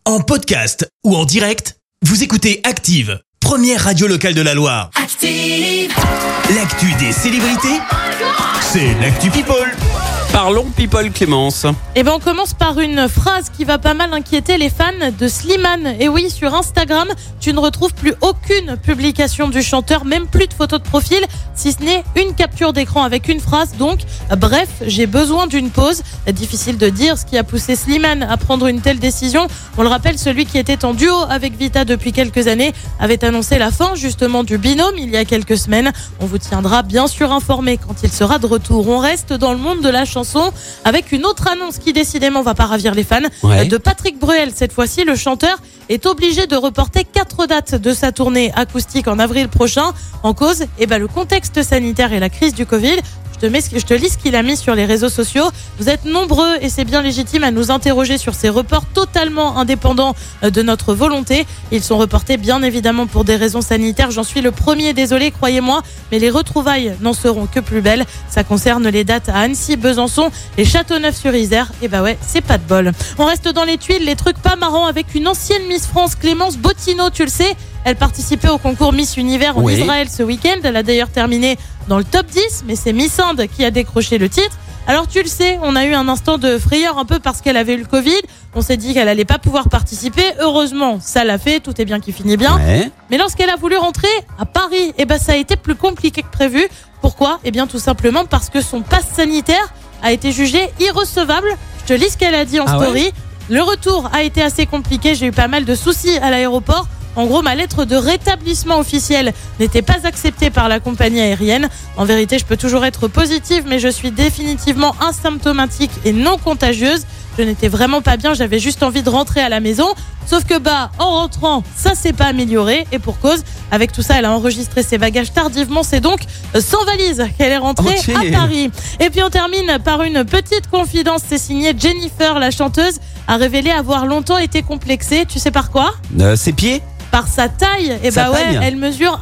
En podcast ou en direct, vous écoutez Active, première radio locale de la Loire. Active. L'actu des célébrités, c'est l'actu People. Parlons People, Clémence. Eh ben on commence par une phrase qui va pas mal inquiéter les fans de Slimane. Et oui, sur Instagram, tu ne retrouves plus aucune publication du chanteur, même plus de photos de profil, si ce n'est une capture d'écran avec une phrase. Donc, bref, j'ai besoin d'une pause. Difficile de dire ce qui a poussé Slimane à prendre une telle décision. On le rappelle, celui qui était en duo avec Vita depuis quelques années avait annoncé la fin justement du binôme il y a quelques semaines. On vous tiendra bien sûr informé quand il sera de retour. On reste dans le monde de la chanson avec une autre annonce qui décidément va pas ravir les fans. De Patrick Bruel. Cette fois-ci, le chanteur est obligé de reporter 4 dates de sa tournée acoustique en avril prochain. En cause, le contexte sanitaire et la crise du Covid. Je te lis ce qu'il a mis sur les réseaux sociaux. Vous êtes nombreux et c'est bien légitime à nous interroger sur ces reports totalement indépendants de notre volonté. Ils sont reportés bien évidemment pour des raisons sanitaires. J'en suis le premier, désolé, croyez-moi, mais les retrouvailles n'en seront que plus belles. Ça concerne les dates à Annecy, Besançon et Châteauneuf-sur-Isère. Et c'est pas de bol. On reste dans les tuiles, les trucs pas marrants avec une ancienne Miss France, Clémence Bottineau, tu le sais. Elle participait au concours Miss Univers en Israël ce week-end. Elle a d'ailleurs terminé dans le top 10, mais c'est Miss Inde qui a décroché le titre. Alors tu le sais, on a eu un instant de frayeur un peu parce qu'elle avait eu le Covid. On s'est dit qu'elle allait pas pouvoir participer. Heureusement, ça l'a fait, tout est bien qui finit bien. Mais lorsqu'elle a voulu rentrer à Paris, ça a été plus compliqué que prévu. Pourquoi ? Tout simplement parce que son passe sanitaire a été jugé irrecevable. Je te lis ce qu'elle a dit en story. Le retour a été assez compliqué, j'ai eu pas mal de soucis à l'aéroport. En gros, ma lettre de rétablissement officielle n'était pas acceptée par la compagnie aérienne. En vérité, je peux toujours être positive, mais je suis définitivement asymptomatique et non contagieuse. Je n'étais vraiment pas bien, j'avais juste envie de rentrer à la maison. Sauf que en rentrant, ça s'est pas amélioré. Et pour cause, avec tout ça, elle a enregistré ses bagages tardivement. C'est donc sans valise qu'elle est rentrée à Paris. Et puis on termine par une petite confidence. C'est signé Jennifer, la chanteuse, a révélé avoir longtemps été complexée. Tu sais par quoi ? Ses pieds ? Par sa taille. Elle mesure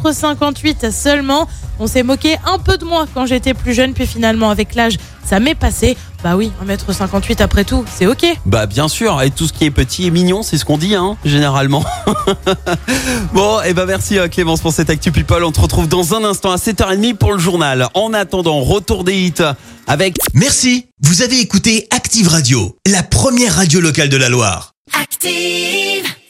1m58 seulement. On s'est moqué un peu de moi quand j'étais plus jeune, puis finalement avec l'âge, ça m'est passé. 1m58 après tout, c'est ok. Bien sûr, et tout ce qui est petit et mignon, c'est ce qu'on dit, généralement. Bon, merci Clémence pour cette Actu People. On te retrouve dans un instant à 7h30 pour le journal. En attendant, retour des hits avec... Merci, vous avez écouté Active Radio, la première radio locale de la Loire. Active.